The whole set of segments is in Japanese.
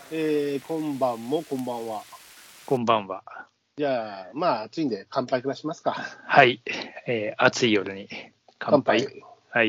こんばんもこんばんは。 こんばんは。 じゃあ、まあ、暑いんで乾杯くらしますか。 はい、暑い夜に乾杯。はい。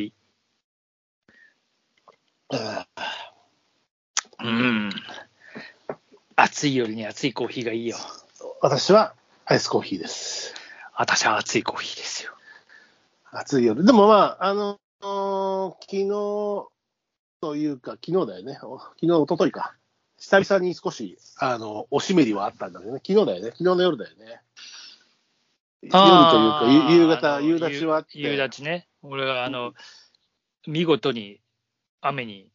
暑い夜に熱いコーヒーがいいよ。 私はアイスコーヒーです。 私は熱いコーヒーですよ。 暑い夜。でもまあ、昨日というか、昨日だよね。昨日、一昨日か。久々に少し、おしめりはあったんだけどね。昨日だよね。昨日の夜だよね。夜というか、夕方、夕立はあって。 夕立ね。俺は、見事に雨に、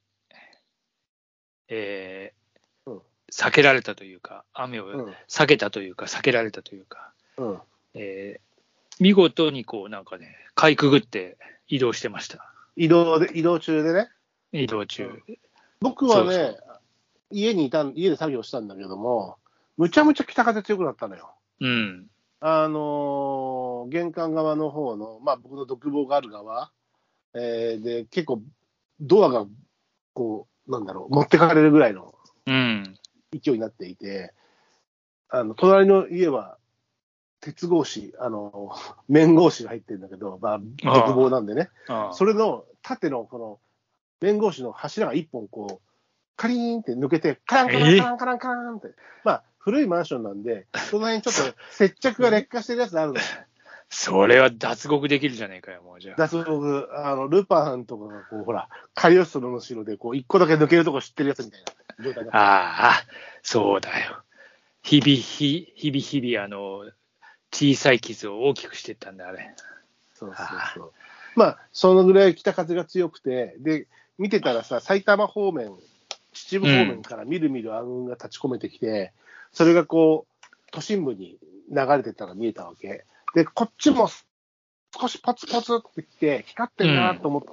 避けられたというか、雨を避けたというか、避けられたというか、見事にこう、なんかね、かいくぐって移動してました。 移動中でね。 移動中。 僕はね、家で作業したんだけども、むちゃむちゃ北風強くなったのよ。 うん。 玄関側の方の、まあ僕の独房がある側、で、結構ドアが、こう、なんだろう、持ってかれるぐらいの勢いになっていて、隣の家は、鉄格子、面格子が入ってるんだけど、まあ、独房なんでね。それの縦のこの面格子の柱が一本こう、カリーンって抜けて、カランカランカランカランカランって。まあ、古いマンションなんで、その辺ちょっと接着が劣化してるやつあるのよ。 それは脱獄できるじゃねえかよ、もうじゃあ。 脱獄、ルパンとかがこう、ほら、カリオストロの城でこう、一個だけ抜けるとこ知ってるやつみたいな状態だった。 ああ、そうだよ。日々、小さい傷を大きくしていったんだ、あれ。 そうそうそう。まあ、そのぐらい北風が強くて、で、見てたらさ、埼玉方面、秩父方面からみるみる暗雲が立ち込めてきて、それがこう、都心部に流れてったのが見えたわけ。で、こっちも少しポツポツってきて、光ってんなと思って、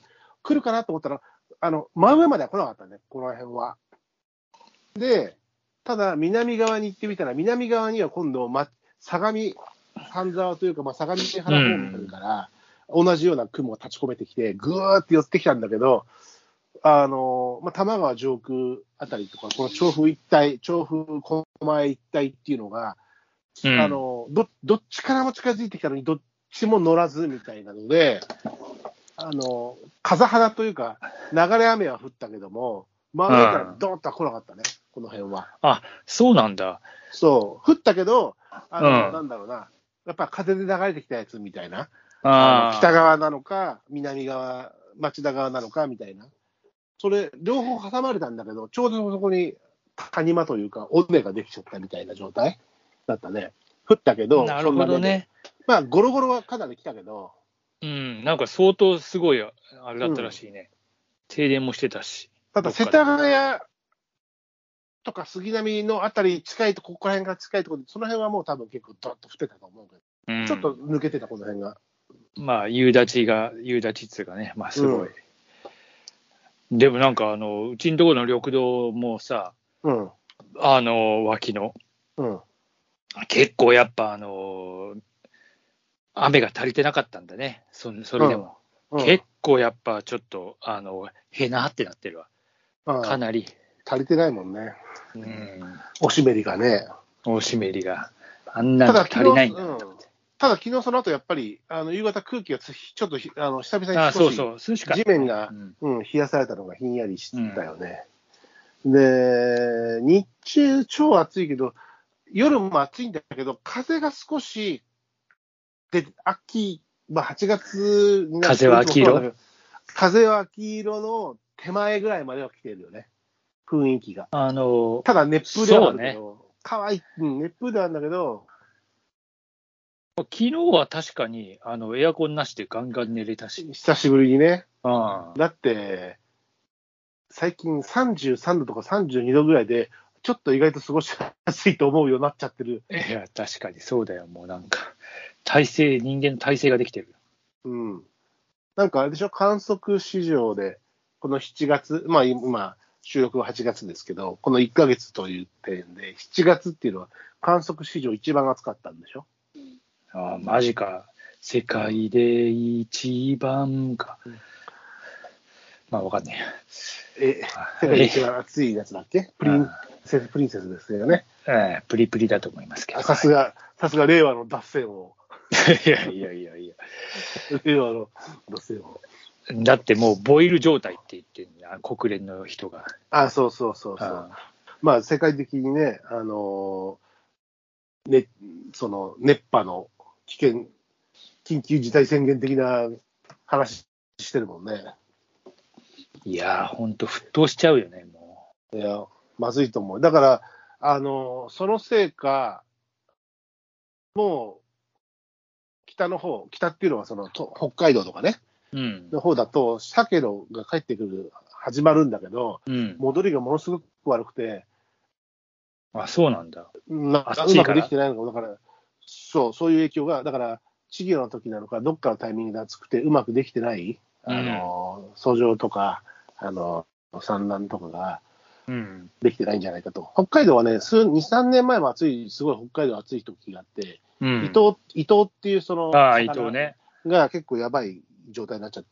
来るかなと思ったら、真上までは来なかったね、この辺は。で、ただ、南側に行ってみたら、南側には今度、相模半沢というか、相模原方面から、同じような雲が立ち込めてきて、ぐーって寄ってきたんだけど、多摩川上空あたりとか、この調布狛江一帯っていうのが、どっちからも近づいてきたのに、どっちも乗らずみたいなので、風肌というか、流れ雨は降ったけども、真上からドーンとは来なかったね、この辺は。 あ、そうなんだ。 そう、降ったけど、なんだろうな、やっぱ風で流れてきたやつみたいな、北側なのか、南側、町田側なのかみたいな。それ、両方挟まれたんだけど、ちょうどそこに谷間というか、尾根ができちゃったみたいな状態だったね。降ったけど、 なるほどね。 まあ、ゴロゴロはかなり来たけど。 なんか相当すごい、あれだったらしいね。停電もしてたし。 ただ、世田谷とか杉並のあたり近いと、ここら辺が近いところで、その辺はもう多分結構ドッと降ってたと思うけど、ちょっと抜けてた、この辺が。まあ、夕立っていうかね、まあすごい。でもなんかうちのところの緑道もさ、脇の、結構やっぱ雨が足りてなかったんだね、それでも。結構やっぱちょっとへなってなってるわ。かなり。 足りてないもんね。おしめりがね。 おしめりが。あんなの足りないんだと思って。 ただ昨日その後やっぱり夕方空気がちょっと久々に少し地面が冷やされたのがひんやりしたよね。で、日中超暑いけど、夜も暑いんだけど、風が少しで、秋、8月になって風は秋色？ 風は秋色の手前ぐらいまでは来てるよね。雰囲気が。ただ熱風ではあるけど、かわいい、熱風ではあるんだけど、 昨日は確かにエアコンなしでガンガン寝れたし。 久しぶりにね。だって、最近33度とか32度ぐらいで、ちょっと意外と過ごしやすいと思うようになっちゃってる。 いや、確かにそうだよ。もうなんか、人間の体制ができてる。 なんかあれでしょ、観測史上で、この7月、今、収録は8月ですけど、この1ヶ月という点で、7月っていうのは観測史上一番暑かったんでしょ。 ああ、マジか。世界で一番か。まあ、わかんね世界で一番熱いやつだっけ？プリンセスですよね。 プリプリだと思いますけど。 さすが令和の脱線を。 いや。 令和の脱線を。 だってもうボイル状態って言ってるんだ、国連の人が。 そう。まあ世界的にね、その熱波の緊急事態宣言的な話してるもんね。 いやー、ほんと沸騰しちゃうよね、もう。いや、まずいと思う。だから、そのせいか、もう、北っていうのは北海道とかね、の方だと、鮭が帰ってくる、始まるんだけど、戻りがものすごく悪くて、 そうなんだ。 うまくできてないのか、だから、そういう影響が、だから、稚魚の時なのか、どっかのタイミングで暑くて、うまくできてない、遡上とか、産卵とかが、できてないんじゃないかと。北海道はね、2、3年前もすごい北海道暑い時があって、伊東っていう魚が結構やばい状態になっちゃって、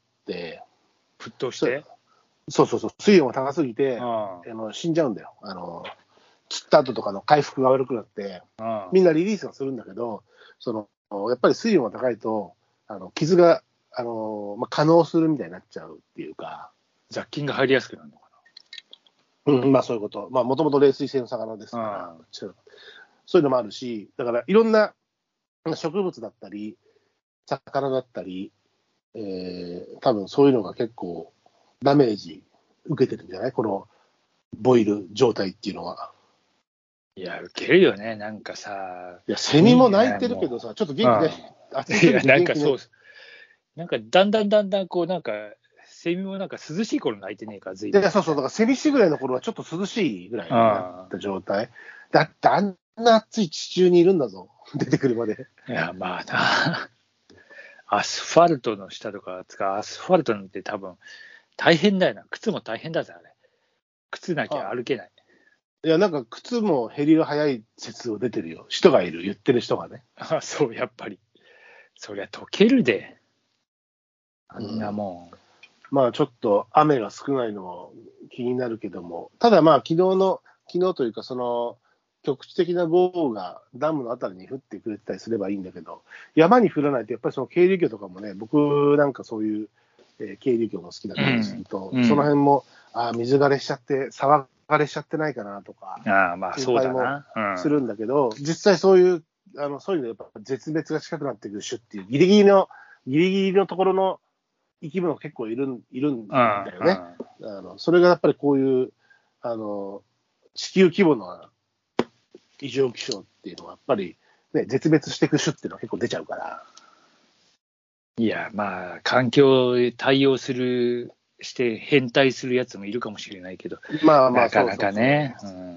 沸騰して？ そう、水温が高すぎて、死んじゃうんだよ。釣った後とかの回復が悪くなって、みんなリリースはするんだけど、やっぱり水温が高いと、傷が、可能するみたいになっちゃうっていうか。 雑菌が入りやすくなるのかな。そういうこと。もともと冷水性の魚ですから、そういうのもあるし、だからいろんな植物だったり、魚だったり、多分そういうのが結構ダメージ受けてるんじゃない？このボイル状態っていうのは。 いや、受けるよね、なんかさ。 いや、セミも鳴いてるけどさ、ちょっと元気で。 いや、なんかそう、なんかだんだんこう、なんか、セミもなんか涼しい頃鳴いてねえか、ずいぶん。 そう、だからセミシぐらいの頃はちょっと涼しいぐらいになった状態。だってあんな暑い地中にいるんだぞ、出てくるまで。 いや、まあな。アスファルトの下とかアスファルトなんて多分大変だよな。靴も大変だぜ、あれ。靴なきゃ歩けない。 いや、なんか靴も減りが早い説を出てるよ。人がいる、言ってる人がね。 そう、やっぱり。そりゃ溶けるで。あんなもん。まあちょっと雨が少ないのも気になるけども、ただ昨日というか局地的な豪雨がダムのあたりに降ってくれてたりすればいいんだけど、山に降らないとやっぱり渓流魚とかもね、僕なんかそういう、渓流魚が好きだったりすると、その辺も水枯れしちゃって騒がれしちゃってないかなとか心配もするんだけど、実際そういうのやっぱ絶滅が近くなってくる種っていうギリギリのところの生き物結構いるんだよね。それがやっぱりこういう地球規模の異常気象っていうのはやっぱり、ね、絶滅していく種っていうのは結構出ちゃうから。 いや、まあ環境に対応して変態するやつもいるかもしれないけど、なかなかね、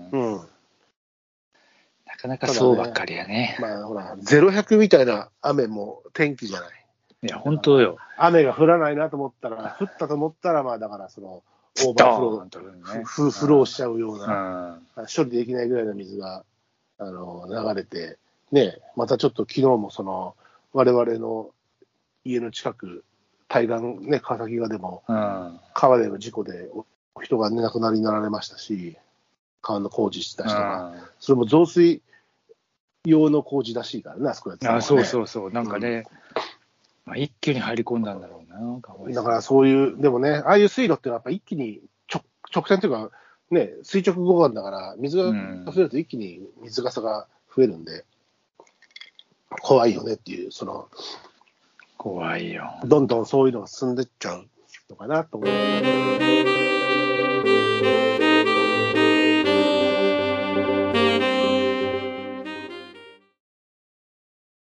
なかなかそうばっかりやね。 ほら0-100みたいな雨も天気じゃない。 いや本当よ。 雨が降らないなと思ったら、降ったと思ったらだからオーバーフロー、フローしちゃうような、処理できないぐらいの水が流れて、ね、またちょっと昨日も我々の家の近く、対岸、ね、川崎川でも、川での事故で人が亡くなりになられましたし、川の工事した人が、それも増水用の工事らしいからね、あそこやってたのはね。 そう、なんかね、一気に入り込んだんだろうな、 だからそういう、でもね、ああいう水路っていうのはやっぱ一気に直線というか、ね、垂直護岸だから、水が増えると一気に水かさが増えるんで、怖いよねっていう、 怖いよ。 どんどんそういうのが進んでっちゃうのかなと思います。